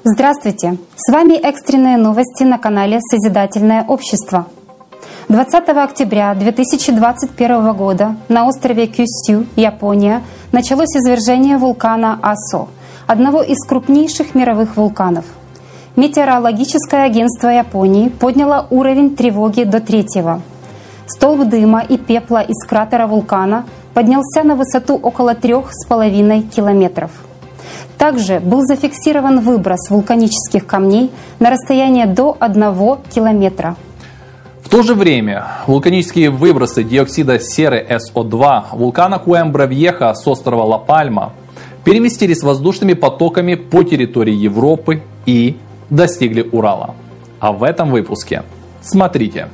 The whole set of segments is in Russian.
Здравствуйте! С вами экстренные новости на канале «Созидательное общество». 20 октября 2021 года на острове Кюсю, Япония, началось извержение вулкана Асо, одного из крупнейших мировых вулканов. Метеорологическое агентство Японии подняло уровень тревоги до 3-го. Столб дыма и пепла из кратера вулкана поднялся на высоту около 3,5 километров. Также был зафиксирован выброс вулканических камней на расстояние до 1 километра. В то же время вулканические выбросы диоксида серы СО2 вулкана Куэмбра-Вьеха с острова Ла-Пальма переместились воздушными потоками по территории Европы и достигли Урала. А в этом выпуске смотрите.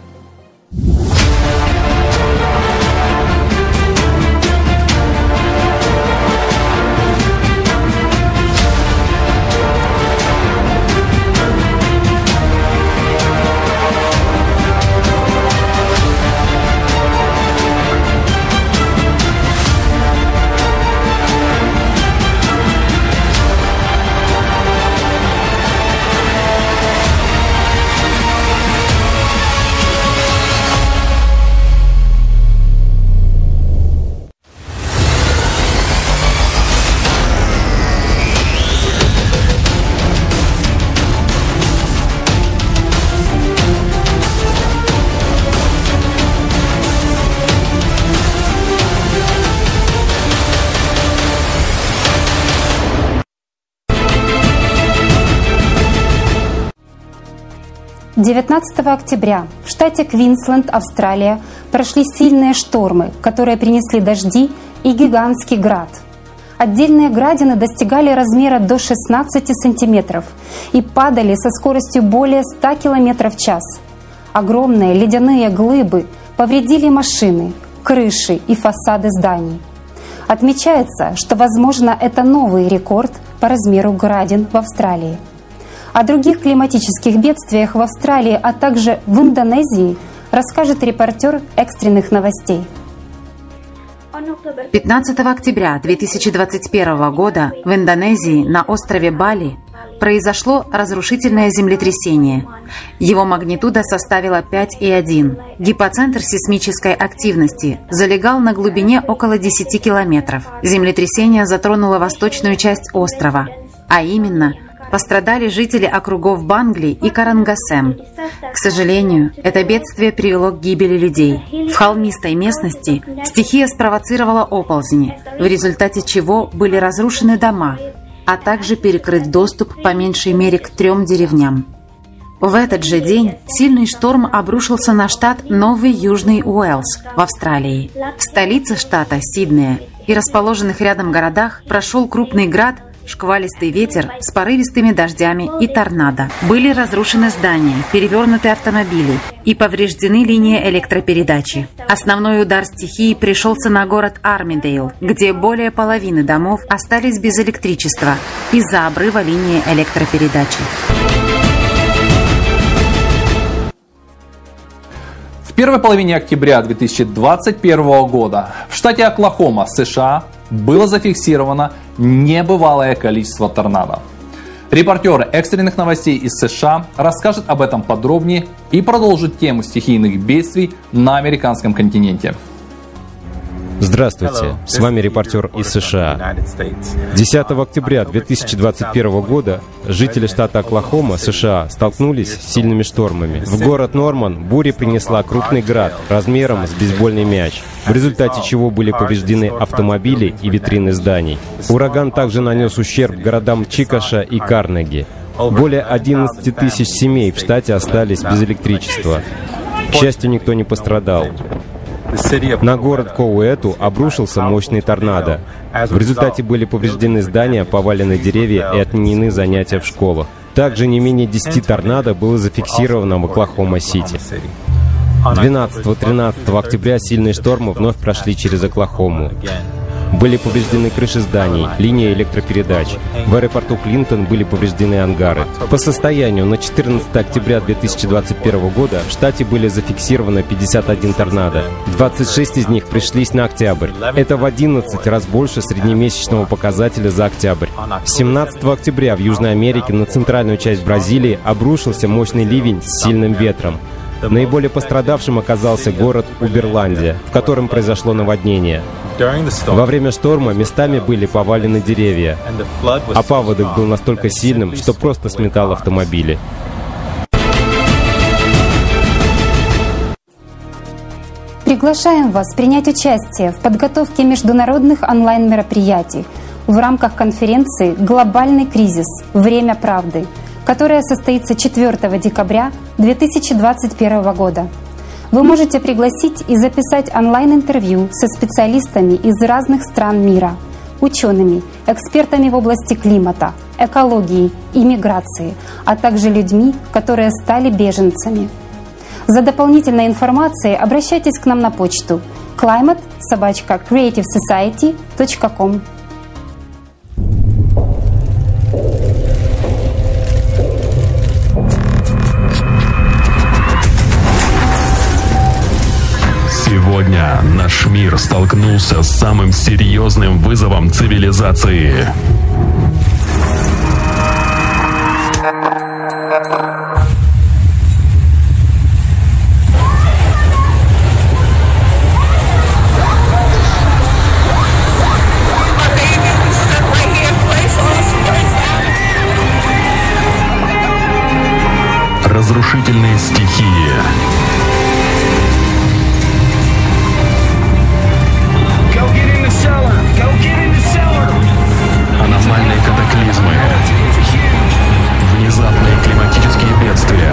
— 19 октября в штате Квинсленд, Австралия, прошли сильные штормы, которые принесли дожди и гигантский град. Отдельные градины достигали размера до 16 сантиметров и падали со скоростью более 100 км в час. Огромные ледяные глыбы повредили машины, крыши и фасады зданий. Отмечается, что, возможно, это новый рекорд по размеру градин в Австралии. О других климатических бедствиях в Австралии, а также в Индонезии расскажет репортер экстренных новостей. 15 октября 2021 года в Индонезии на острове Бали произошло разрушительное землетрясение. Его магнитуда составила 5,1. Гипоцентр сейсмической активности залегал на глубине около 10 километров. Землетрясение затронуло восточную часть острова, а именно пострадали жители округов Бангли и Карангасем. К сожалению, это бедствие привело к гибели людей. В холмистой местности стихия спровоцировала оползни, в результате чего были разрушены дома, а также перекрыт доступ по меньшей мере к 3 деревням. В этот же день сильный шторм обрушился на штат Новый Южный Уэльс в Австралии. В столице штата, Сиднея, и расположенных рядом городах прошел крупный град, шквалистый ветер с порывистыми дождями и торнадо. Были разрушены здания, перевернуты автомобили и повреждены линии электропередачи. Основной удар стихии пришелся на город Армидейл, где более половины домов остались без электричества из-за обрыва линии электропередачи. В первой половине октября 2021 года в штате Оклахома, США, было зафиксировано небывалое количество торнадо. Репортер экстренных новостей из США расскажет об этом подробнее и продолжит тему стихийных бедствий на американском континенте. Здравствуйте, с вами репортер из США. 10 октября 2021 года жители штата Оклахома, США, столкнулись с сильными штормами. В город Норман буря принесла крупный град размером с бейсбольный мяч, в результате чего были повреждены автомобили и витрины зданий. Ураган также нанес ущерб городам Чикаго и Карнеги. Более 11 тысяч семей в штате остались без электричества. К счастью, никто не пострадал. На город Коуэту обрушился мощный торнадо. В результате были повреждены здания, повалены деревья и отменены занятия в школах. Также не менее 10 торнадо было зафиксировано в Оклахома-Сити. 12-13 октября сильные штормы вновь прошли через Оклахому. Были повреждены крыши зданий, линии электропередач. В аэропорту Клинтон были повреждены ангары. По состоянию на 14 октября 2021 года в штате были зафиксированы 51 торнадо. 26 из них пришлись на октябрь. Это в 11 раз больше среднемесячного показателя за октябрь. 17 октября в Южной Америке на центральную часть Бразилии обрушился мощный ливень с сильным ветром. Наиболее пострадавшим оказался город Уберландия, в котором произошло наводнение. Во время шторма местами были повалены деревья, а паводок был настолько сильным, что просто сметал автомобили. Приглашаем вас принять участие в подготовке международных онлайн-мероприятий в рамках конференции «Глобальный кризис. Время правды», которая состоится 4 декабря 2021 года. Вы можете пригласить и записать онлайн-интервью со специалистами из разных стран мира, учеными, экспертами в области климата, экологии и миграции, а также людьми, которые стали беженцами. За дополнительной информацией обращайтесь к нам на почту climate@creativesociety.com. Сегодня наш мир столкнулся с самым серьезным вызовом цивилизации. Разрушительные стихии. Аномальные катаклизмы. Внезапные климатические бедствия.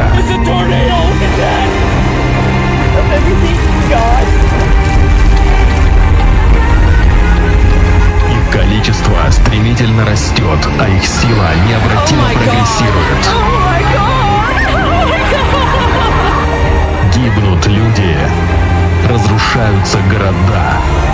Их количество стремительно растет, а их сила необратимо прогрессирует. Гибнут люди, разрушаются города.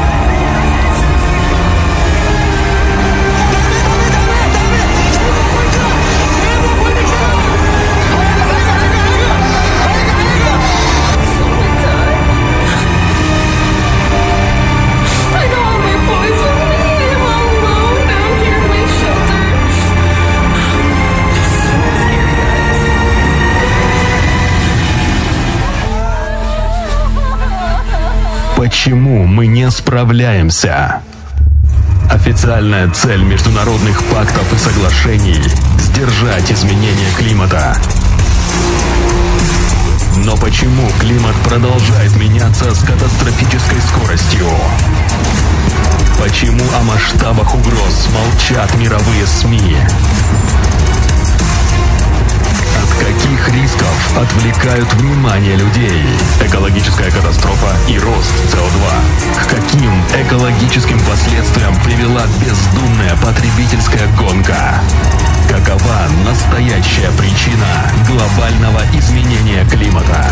Почему мы не справляемся? Официальная цель международных пактов и соглашений – сдержать изменение климата. Но почему климат продолжает меняться с катастрофической скоростью? Почему о масштабах угроз молчат мировые СМИ? От каких рисков отвлекают внимание людей? Экологическая катастрофа и рост СО2. К каким экологическим последствиям привела бездумная потребительская гонка? Какова настоящая причина глобального изменения климата?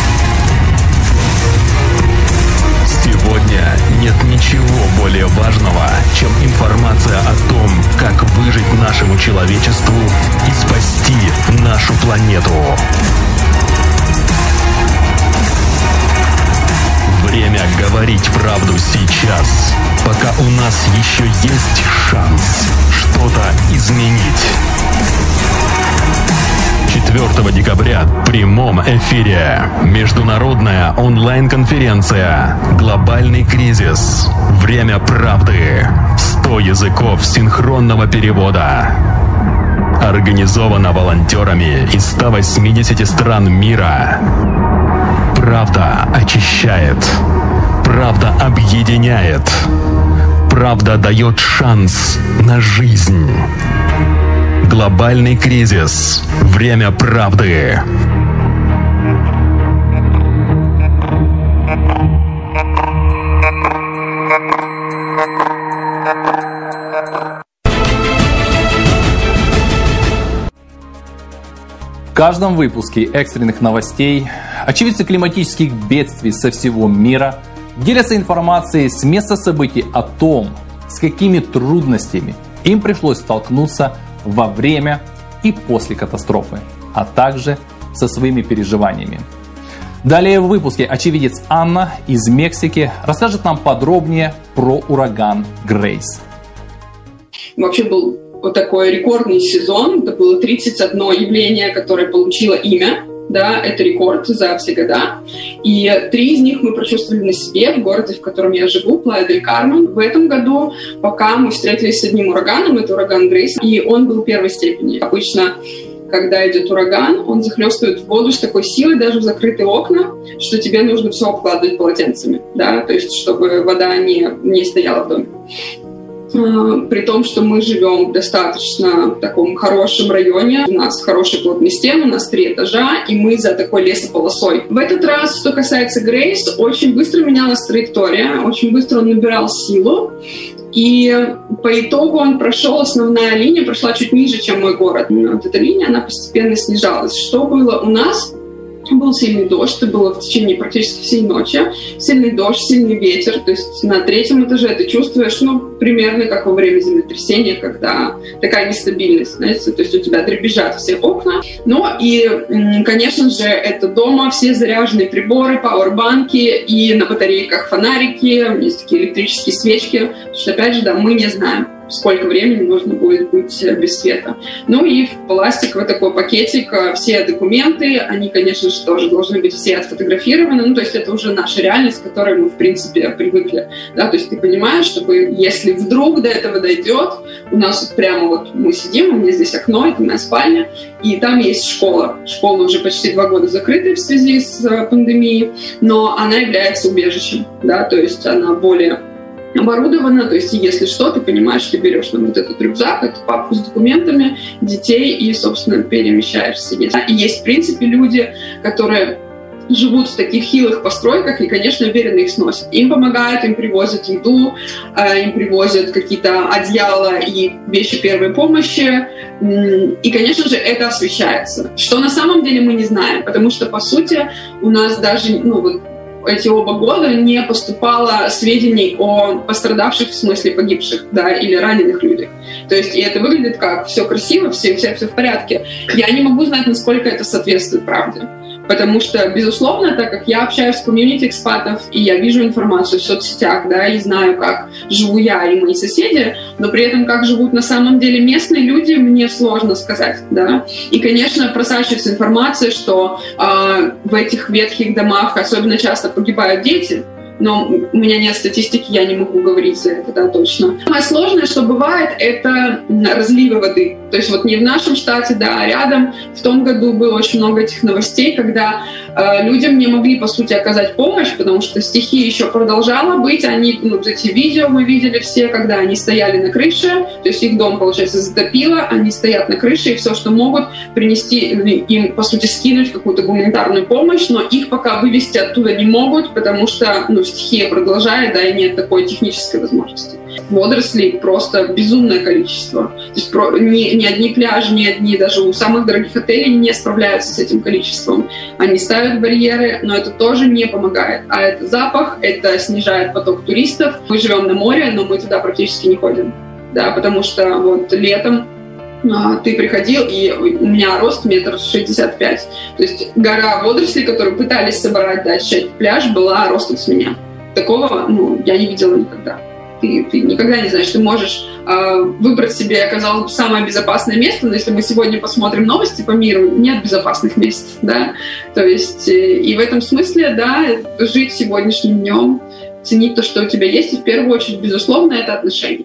Сегодня нет ничего более важного, чем информация о том, как выжить нашему человечеству и спасти нашу планету. Время говорить правду сейчас, пока у нас еще есть шанс что-то изменить. 4 декабря в прямом эфире международная онлайн-конференция «Глобальный кризис. Время правды». 100 языков синхронного перевода. Организована волонтерами из 180 стран мира. Правда очищает. Правда объединяет. Правда дает шанс на жизнь. Глобальный кризис. Время правды. В каждом выпуске экстренных новостей очевидцы климатических бедствий со всего мира делятся информацией с места событий о том, с какими трудностями им пришлось столкнуться во время и после катастрофы, а также со своими переживаниями. Далее в выпуске очевидец Анна из Мексики расскажет нам подробнее про ураган Грейс. Вообще был вот такой рекордный сезон. Это было 31 явление, которое получило имя. Да, это рекорд за все года. И 3 из них мы прочувствовали на себе в городе, в котором я живу, Плая-дель-Кармен. В этом году пока мы встретились с одним ураганом, это ураган Грейс, и он был первой степени. Обычно, когда идет ураган, он захлестывает воду с такой силой даже в закрытые окна, что тебе нужно все обкладывать полотенцами, да, то есть чтобы вода не стояла в доме. При том, что мы живем в достаточно таком хорошем районе, у нас хорошие плотные стены, у нас 3 этажа, и мы за такой лесополосой. В этот раз, что касается Грейс, очень быстро менялась траектория, очень быстро он набирал силу, и по итогу он прошел, основная линия прошла чуть ниже, чем мой город. Вот эта линия, она постепенно снижалась. Что было у нас? Был сильный дождь, это было в течение практически всей ночи. Сильный дождь, сильный ветер. То есть на 3-м этаже ты чувствуешь, примерно как во время землетрясения, когда такая нестабильность, знаете, то есть у тебя дребезжат все окна. И, конечно же, это дома все заряженные приборы, пауэрбанки и на батарейках фонарики, есть такие электрические свечки. Потому что, опять же, мы не знаем, сколько времени нужно будет быть без света. И в пластиковый такой пакетик все документы, они, конечно же, тоже должны быть все отфотографированы. То есть это уже наша реальность, к которой мы, в принципе, привыкли. Да? То есть ты понимаешь, что если вдруг до этого дойдет, у нас прямо мы сидим, у меня здесь окно, это моя спальня, и там есть школа. Школа уже почти 2 года закрыта в связи с пандемией, но она является убежищем. Да? То есть она более оборудована, то есть если что, ты понимаешь, ты берешь вот этот рюкзак, эту папку с документами, детей и, собственно, перемещаешься. И есть, в принципе, люди, которые живут в таких хилых постройках и, конечно, уверенно их сносят. Им помогают, им привозят еду, им привозят какие-то одеяла и вещи первой помощи. И, конечно же, это освещается. Что на самом деле мы не знаем, потому что, по сути, у нас даже, эти оба года не поступало сведений о пострадавших, в смысле погибших, да, или раненых людях. То есть, и это выглядит как все красиво, все в порядке. Я не могу знать, насколько это соответствует правде. Потому что, безусловно, так как я общаюсь с комьюнити экспатов, и я вижу информацию в соцсетях, да, и знаю, как живу я и мои соседи, но при этом, как живут на самом деле местные люди, мне сложно сказать, да. И, конечно, просачивается информация, что в этих ветхих домах особенно часто погибают дети, но у меня нет статистики, я не могу говорить за это, да, точно. Самое сложное, что бывает, это разливы воды. То есть не в нашем штате, да, а рядом. В том году было очень много этих новостей, когда людям не могли, по сути, оказать помощь, потому что стихия еще продолжала быть. Они, эти видео мы видели все, когда они стояли на крыше, то есть их дом, получается, затопило, они стоят на крыше, и все, что могут, принести, им, по сути, скинуть какую-то гуманитарную помощь, но их пока вывести оттуда не могут, потому что, стихия продолжает, да, и нет такой технической возможности. Водорослей просто безумное количество. То есть ни одни пляжи, ни одни даже у самых дорогих отелей не справляются с этим количеством. Они ставят барьеры, но это тоже не помогает. А это запах, это снижает поток туристов. Мы живем на море, но мы туда практически не ходим. Да, потому что летом ты приходил, и у меня рост 1,65 м. То есть гора водорослей, которые пытались собрать дальше пляж, была ростом с меня. Такого я не видела никогда. Ты никогда не знаешь, ты можешь выбрать себе, казалось бы, самое безопасное место, но если мы сегодня посмотрим новости по миру, нет безопасных мест, да, то есть и в этом смысле, да, жить сегодняшним днем, ценить то, что у тебя есть, и в первую очередь, безусловно, это отношения.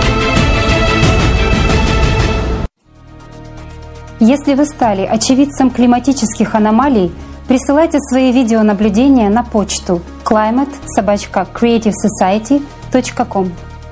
Если вы стали очевидцем климатических аномалий, присылайте свои видеонаблюдения на почту climate@creativesociety.com.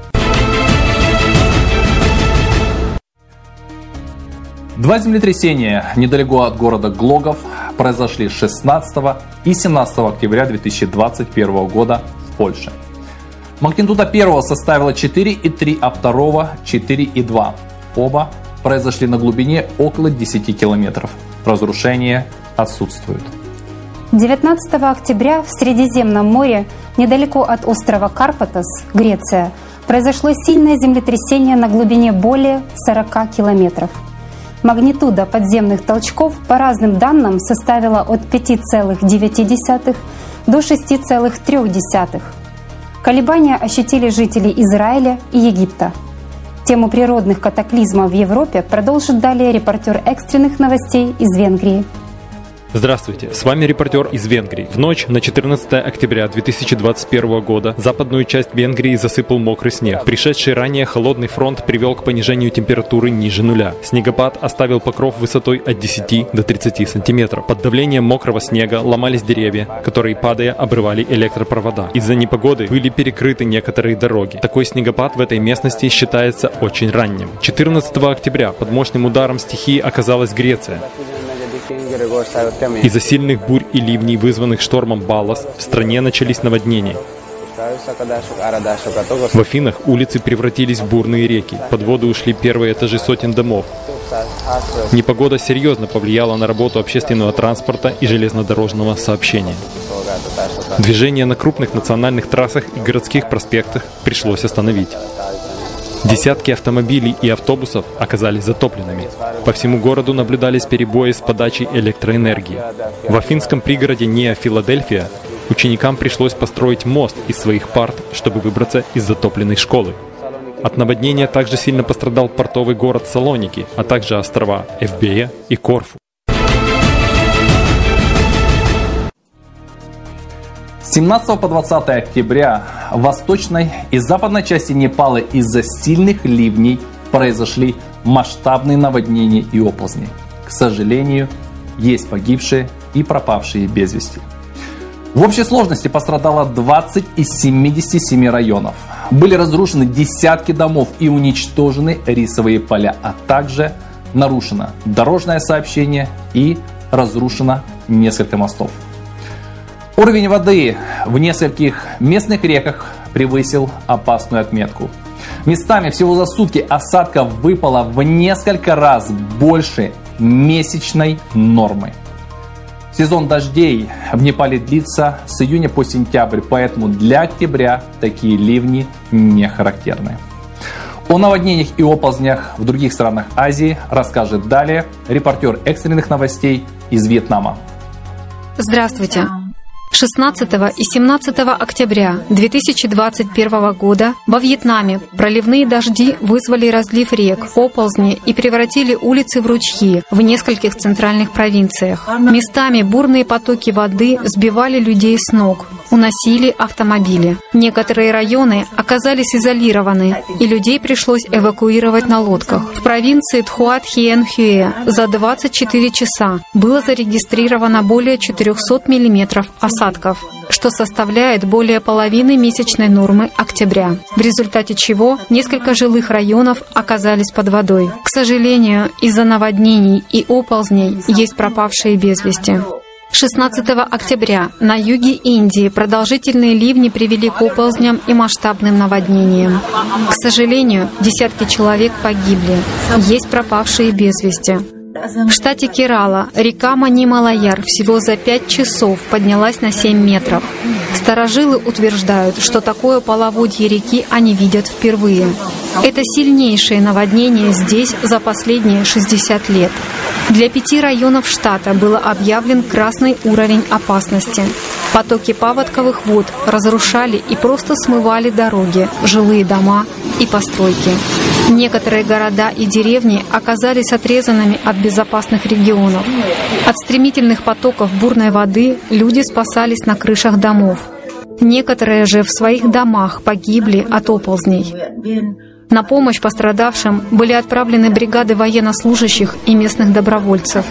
Два землетрясения недалеко от города Глогов произошли 16 и 17 октября 2021 года в Польше. Магнитуда первого составила 4,3, а второго 4,2. Оба произошли на глубине около 10 километров. Разрушения отсутствуют. 19 октября в Средиземном море, недалеко от острова Карпатос, Греция, произошло сильное землетрясение на глубине более 40 километров. Магнитуда подземных толчков по разным данным составила от 5,9 до 6,3. Колебания ощутили жители Израиля и Египта. Тему природных катаклизмов в Европе продолжит далее репортер экстренных новостей из Венгрии. Здравствуйте, с вами репортер из Венгрии. В ночь на 14 октября 2021 года западную часть Венгрии засыпал мокрый снег. Пришедший ранее холодный фронт привел к понижению температуры ниже нуля. Снегопад оставил покров высотой от 10 до 30 сантиметров. Под давлением мокрого снега ломались деревья, которые, падая, обрывали электропровода. Из-за непогоды были перекрыты некоторые дороги. Такой снегопад в этой местности считается очень ранним. 14 октября под мощным ударом стихии оказалась Греция. Из-за сильных бурь и ливней, вызванных штормом Баллас, в стране начались наводнения. В Афинах улицы превратились в бурные реки. Под воду ушли первые этажи сотен домов. Непогода серьезно повлияла на работу общественного транспорта и железнодорожного сообщения. Движение на крупных национальных трассах и городских проспектах пришлось остановить. Десятки автомобилей и автобусов оказались затопленными. По всему городу наблюдались перебои с подачей электроэнергии. В афинском пригороде Неа-Филадельфия ученикам пришлось построить мост из своих парт, чтобы выбраться из затопленной школы. От наводнения также сильно пострадал портовый город Салоники, а также острова Эвбея и Корфу. С 17 по 20 октября в восточной и западной части Непала из-за сильных ливней произошли масштабные наводнения и оползни. К сожалению, есть погибшие и пропавшие без вести. В общей сложности пострадало 20 из 77 районов. Были разрушены десятки домов и уничтожены рисовые поля, а также нарушено дорожное сообщение и разрушено несколько мостов. Уровень воды в нескольких местных реках превысил опасную отметку. Местами всего за сутки осадков выпало в несколько раз больше месячной нормы. Сезон дождей в Непале длится с июня по сентябрь, поэтому для октября такие ливни не характерны. О наводнениях и оползнях в других странах Азии расскажет далее репортер экстренных новостей из Вьетнама. Здравствуйте! 16 и 17 октября 2021 года во Вьетнаме проливные дожди вызвали разлив рек, оползни и превратили улицы в ручьи в нескольких центральных провинциях. Местами бурные потоки воды сбивали людей с ног, уносили автомобили. Некоторые районы оказались изолированы, и людей пришлось эвакуировать на лодках. В провинции Тхуат Хиен Хюэ за 24 часа было зарегистрировано более 400 мм осадков, что составляет более половины месячной нормы октября, в результате чего несколько жилых районов оказались под водой. К сожалению, из-за наводнений и оползней есть пропавшие без вести. 16 октября на юге Индии продолжительные ливни привели к оползням и масштабным наводнениям. К сожалению, десятки человек погибли, есть пропавшие без вести. В штате Керала река Мани-Малаяр всего за 5 часов поднялась на 7 метров. Старожилы утверждают, что такое половодье реки они видят впервые. Это сильнейшее наводнение здесь за последние 60 лет. Для 5 районов штата был объявлен красный уровень опасности. Потоки паводковых вод разрушали и просто смывали дороги, жилые дома и постройки. Некоторые города и деревни оказались отрезанными от безопасных регионов. От стремительных потоков бурной воды люди спасались на крышах домов. Некоторые же в своих домах погибли от оползней. На помощь пострадавшим были отправлены бригады военнослужащих и местных добровольцев.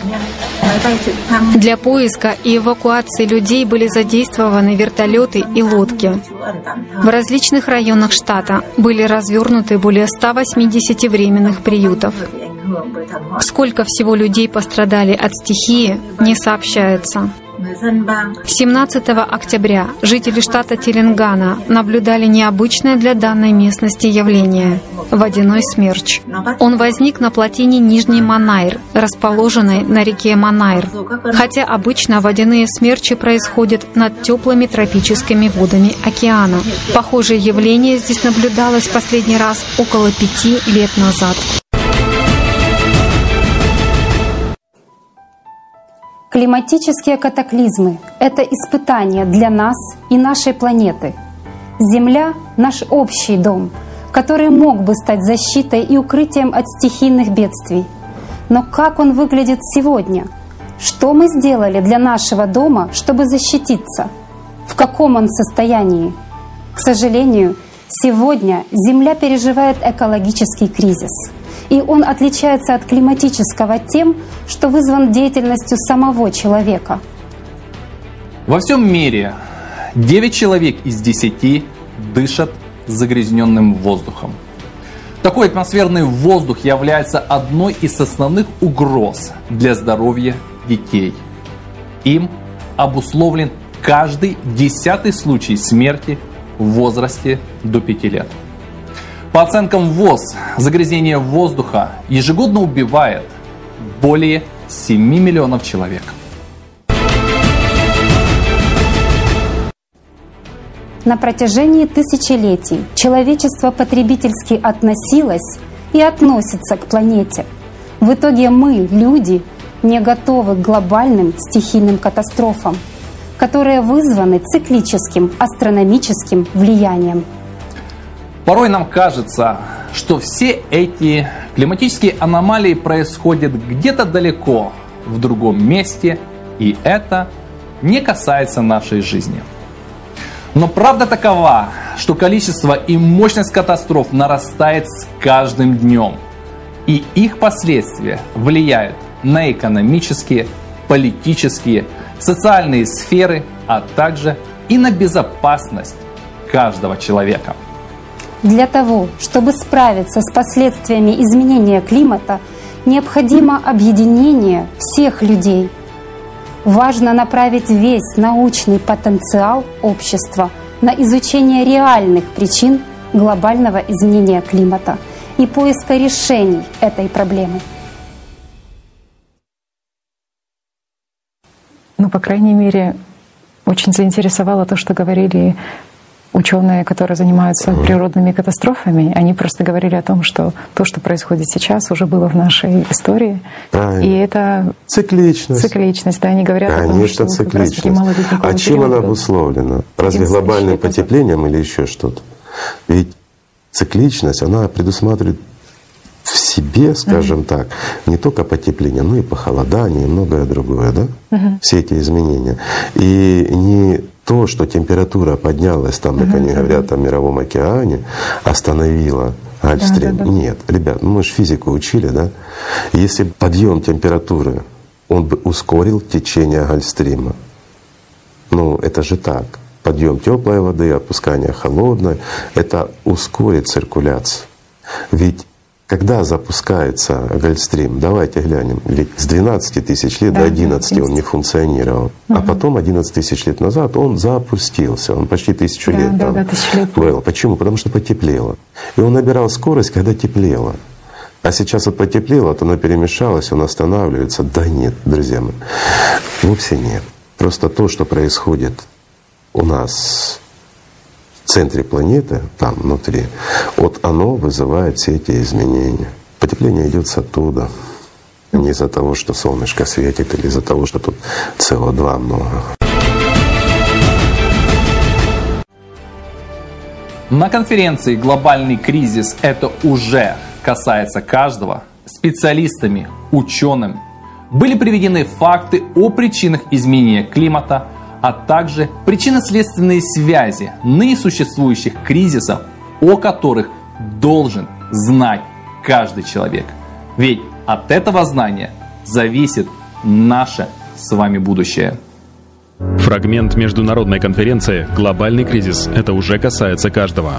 Для поиска и эвакуации людей были задействованы вертолеты и лодки. В различных районах штата были развернуты более 180 временных приютов. Сколько всего людей пострадали от стихии, не сообщается. 17 октября жители штата Теленгана наблюдали необычное для данной местности явление – водяной смерч. Он возник на плотине Нижний Манайр, расположенной на реке Манайр, хотя обычно водяные смерчи происходят над теплыми тропическими водами океана. Похожее явление здесь наблюдалось последний раз около 5 лет назад. Климатические катаклизмы – это испытание для нас и нашей планеты. Земля – наш общий дом, который мог бы стать защитой и укрытием от стихийных бедствий. Но как он выглядит сегодня? Что мы сделали для нашего дома, чтобы защититься? В каком он состоянии? К сожалению, сегодня Земля переживает экологический кризис. И он отличается от климатического тем, что вызван деятельностью самого человека. Во всем мире 9 человек из 10 дышат загрязненным воздухом. Такой атмосферный воздух является одной из основных угроз для здоровья детей. Им обусловлен каждый 10-й случай смерти в возрасте до 5 лет. По оценкам ВОЗ, загрязнение воздуха ежегодно убивает более 7 миллионов человек. На протяжении тысячелетий человечество потребительски относилось и относится к планете. В итоге мы, люди, не готовы к глобальным стихийным катастрофам, которые вызваны циклическим астрономическим влиянием. Порой нам кажется, что все эти климатические аномалии происходят где-то далеко, в другом месте, и это не касается нашей жизни. Но правда такова, что количество и мощность катастроф нарастает с каждым днем, и их последствия влияют на экономические, политические, социальные сферы, а также и на безопасность каждого человека. Для того, чтобы справиться с последствиями изменения климата, необходимо объединение всех людей. Важно направить весь научный потенциал общества на изучение реальных причин глобального изменения климата и поиска решений этой проблемы. По крайней мере, очень заинтересовало то, что говорили ученые, которые занимаются природными катастрофами. Они просто говорили о том, что то, что происходит сейчас, уже было в нашей истории. Правильно. И это цикличность. Да, они говорят о том, что цикличность. А чем она обусловлена? Разве глобальным потеплением или еще что-то? Ведь цикличность, она предусматривает в себе, скажем так, не только потепление, но и похолодание, и многое другое, да? Все эти изменения. И не то, что температура поднялась, там, как они говорят, там, в Мировом океане, остановила Гольфстрим. Нет, ребят, мы же физику учили, да? Если подъем температуры, он бы ускорил течение Гольфстрима. Это же так. Подъем теплой воды, опускание холодной, это ускорит циркуляцию. Ведь когда запускается Гольфстрим, давайте глянем, ведь с 12 тысяч лет до 11 он не функционировал, а потом 11 тысяч лет назад он запустился, он почти 1000 лет был. Почему? Потому что потеплело. И он набирал скорость, когда теплело. А сейчас вот потеплело, то оно перемешалось, он останавливается. Да нет, друзья мои, вовсе нет. Просто то, что происходит у нас в центре планеты, там внутри, оно вызывает все эти изменения. Потепление идет с оттуда. Не из-за того, что солнышко светит, или из-за того, что тут СО2 много. На конференции «Глобальный кризис. Это уже касается каждого» специалистами, учеными были приведены факты о причинах изменения климата, а также причинно-следственные связи ныне существующих кризисов, о которых должен знать каждый человек. Ведь от этого знания зависит наше с вами будущее. Фрагмент международной конференции «Глобальный кризис. Это уже касается каждого».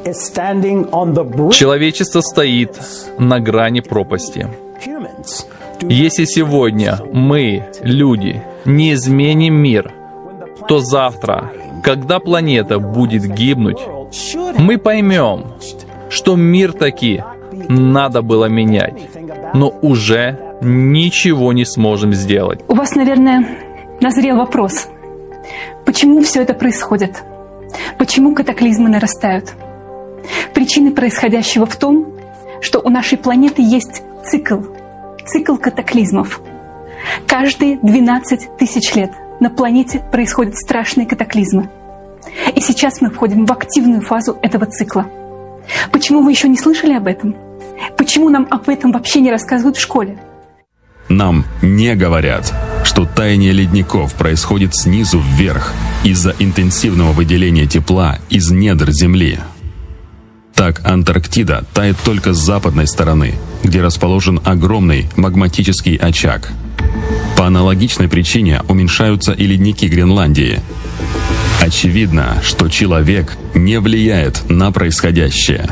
Человечество стоит на грани пропасти. Если сегодня мы, люди, не изменим мир, то завтра, когда планета будет гибнуть, мы поймем, что мир таки надо было менять, но уже ничего не сможем сделать. У вас, наверное, назрел вопрос. Почему все это происходит? Почему катаклизмы нарастают? Причина происходящего в том, что у нашей планеты есть цикл катаклизмов. Каждые 12 тысяч лет на планете происходят страшные катаклизмы. И сейчас мы входим в активную фазу этого цикла. Почему вы еще не слышали об этом? Почему нам об этом вообще не рассказывают в школе? Нам не говорят, что таяние ледников происходит снизу вверх из-за интенсивного выделения тепла из недр Земли. Так, Антарктида тает только с западной стороны, где расположен огромный магматический очаг. По аналогичной причине уменьшаются и ледники Гренландии. Очевидно, что человек не влияет на происходящее.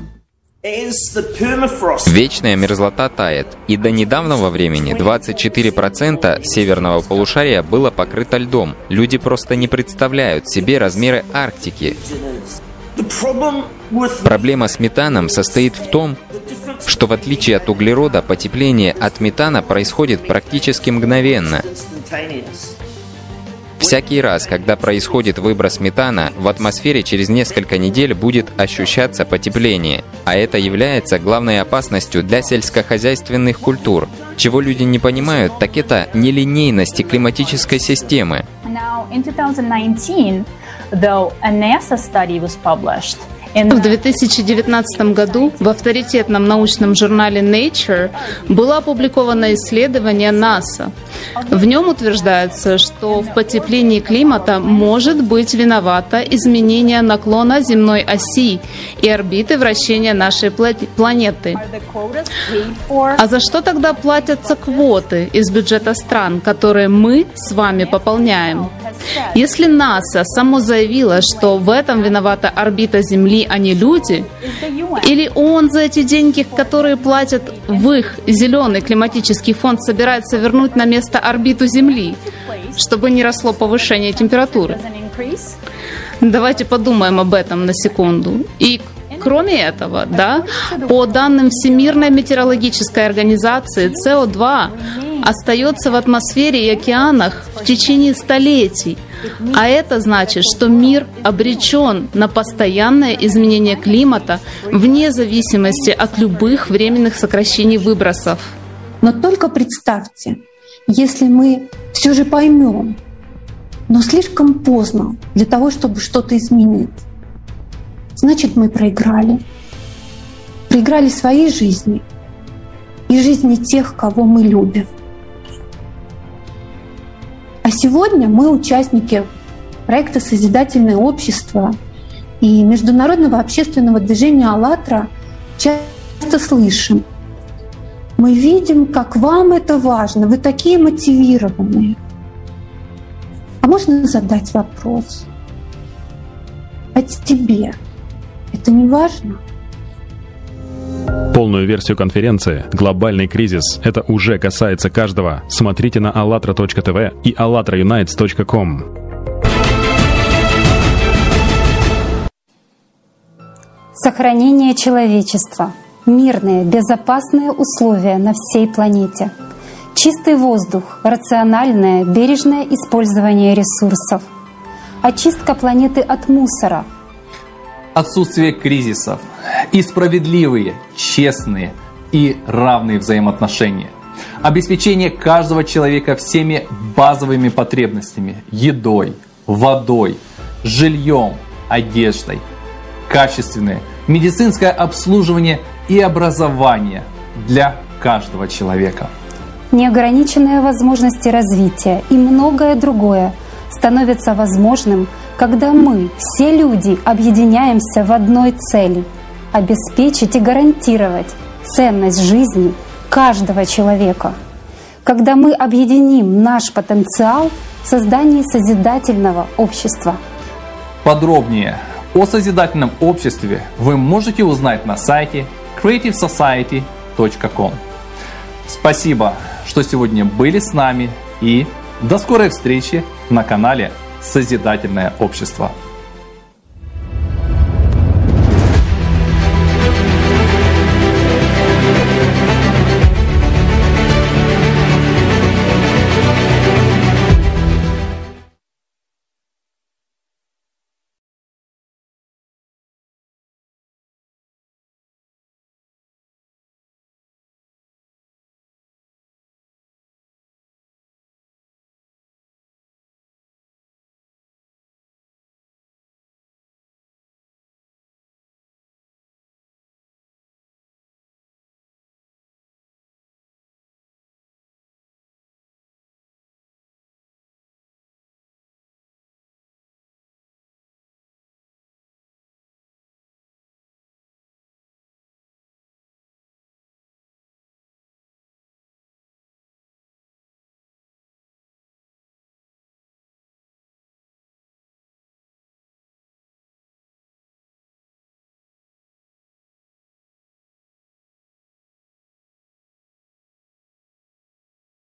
Вечная мерзлота тает, и до недавнего времени 24% северного полушария было покрыто льдом. Люди просто не представляют себе размеры Арктики. Проблема с метаном состоит в том, что в отличие от углерода, потепление от метана происходит практически мгновенно. Всякий раз, когда происходит выброс метана, в атмосфере через несколько недель будет ощущаться потепление, а это является главной опасностью для сельскохозяйственных культур. Чего люди не понимают, так это нелинейность климатической системы. В 2019 году в авторитетном научном журнале Nature было опубликовано исследование НАСА. В нем утверждается, что в потеплении климата может быть виновато изменение наклона земной оси и орбиты вращения нашей планеты. А за что тогда платятся квоты из бюджета стран, которые мы с вами пополняем? Если НАСА само заявило, что в этом виновата орбита Земли, а не люди, или он за эти деньги, которые платят в их зеленый климатический фонд, собирается вернуть на место орбиту Земли, чтобы не росло повышение температуры? Давайте подумаем об этом на секунду. И кроме этого, по данным Всемирной метеорологической организации, СО2 остается в атмосфере и океанах в течение столетий. А это значит, что мир обречен на постоянное изменение климата вне зависимости от любых временных сокращений выбросов. Но только представьте, если мы все же поймем, но слишком поздно для того, чтобы что-то изменить, значит, мы проиграли. Проиграли свои жизни и жизни тех, кого мы любим. А сегодня мы участники проекта «Созидательное общество» и международного общественного движения «АЛЛАТРА» часто слышим: мы видим, как вам это важно, вы такие мотивированные. А можно задать вопрос: а тебе это не важно? Полную версию конференции «Глобальный кризис» — это уже касается каждого. Смотрите на allatra.tv и allatraunites.com. Сохранение человечества. Мирные, безопасные условия на всей планете. Чистый воздух, рациональное, бережное использование ресурсов. Очистка планеты от мусора. Отсутствие кризисов и справедливые, честные и равные взаимоотношения. Обеспечение каждого человека всеми базовыми потребностями: едой, водой, жильем, одеждой. Качественное медицинское обслуживание и образование для каждого человека. Неограниченные возможности развития и многое другое становится возможным, когда мы, все люди, объединяемся в одной цели — обеспечить и гарантировать ценность жизни каждого человека. Когда мы объединим наш потенциал в создании созидательного общества. Подробнее О созидательном обществе вы можете узнать на сайте creativesociety.com. Спасибо, что сегодня были с нами, и до скорой встречи на канале «Созидательное общество».